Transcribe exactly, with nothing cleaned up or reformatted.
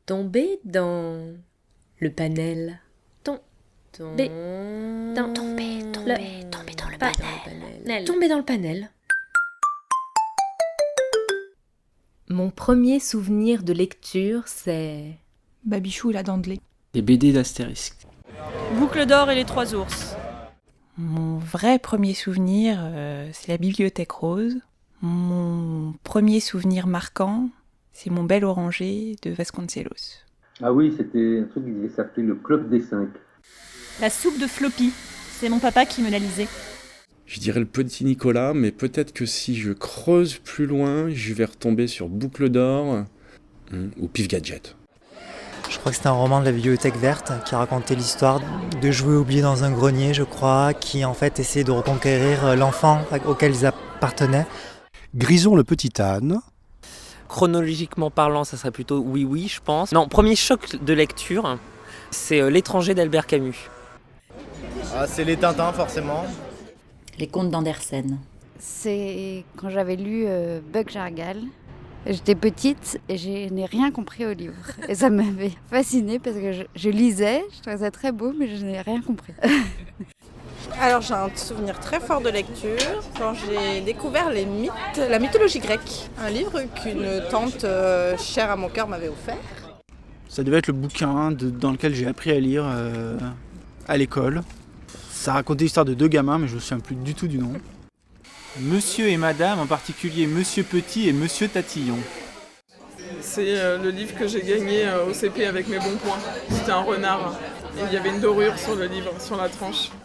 Tomber dans le panel. Tom, Tomber dans, tomber, tomber, tomber dans le pas panel. panel. Tomber dans le panel. Mon premier souvenir de lecture, c'est... Babichou et la dent de lait. Les B D d'Astérix. Boucle d'or et les trois ours. Mon vrai premier souvenir, euh, c'est la bibliothèque rose. Mon premier souvenir marquant, c'est mon bel oranger de Vasconcelos. Ah oui, c'était un truc qui s'appelait le Club des cinq. La soupe de floppy. C'est mon papa qui me l'a lisée. Je dirais le petit Nicolas, mais peut-être que si je creuse plus loin, je vais retomber sur Boucle d'or hum, ou Pif Gadget. Je crois que c'était un roman de la Bibliothèque Verte qui racontait l'histoire de jouets oubliés dans un grenier, je crois, qui en fait essayait de reconquérir l'enfant auquel ils appartenaient. Grison le petit âne. Chronologiquement parlant, ça serait plutôt oui oui, je pense. Non, premier choc de lecture, c'est euh, L'étranger d'Albert Camus. Ah, c'est les Tintins, forcément. Les contes d'Andersen. C'est quand j'avais lu euh, Buck Jargal. J'étais petite et je n'ai rien compris au livre. Et ça m'avait fascinée parce que je, je lisais, je trouvais ça très beau, mais je n'ai rien compris. Alors j'ai un souvenir très fort de lecture quand j'ai découvert les mythes, la mythologie grecque. Un livre qu'une tante euh, chère à mon cœur m'avait offert. Ça devait être le bouquin de, dans lequel j'ai appris à lire euh, à l'école. Ça racontait l'histoire de deux gamins, mais je ne me souviens plus du tout du nom. Monsieur et Madame, en particulier Monsieur Petit et Monsieur Tatillon. C'est euh, le livre que j'ai gagné euh, au C P avec mes bons points. C'était un renard et il y avait une dorure sur le livre, sur la tranche.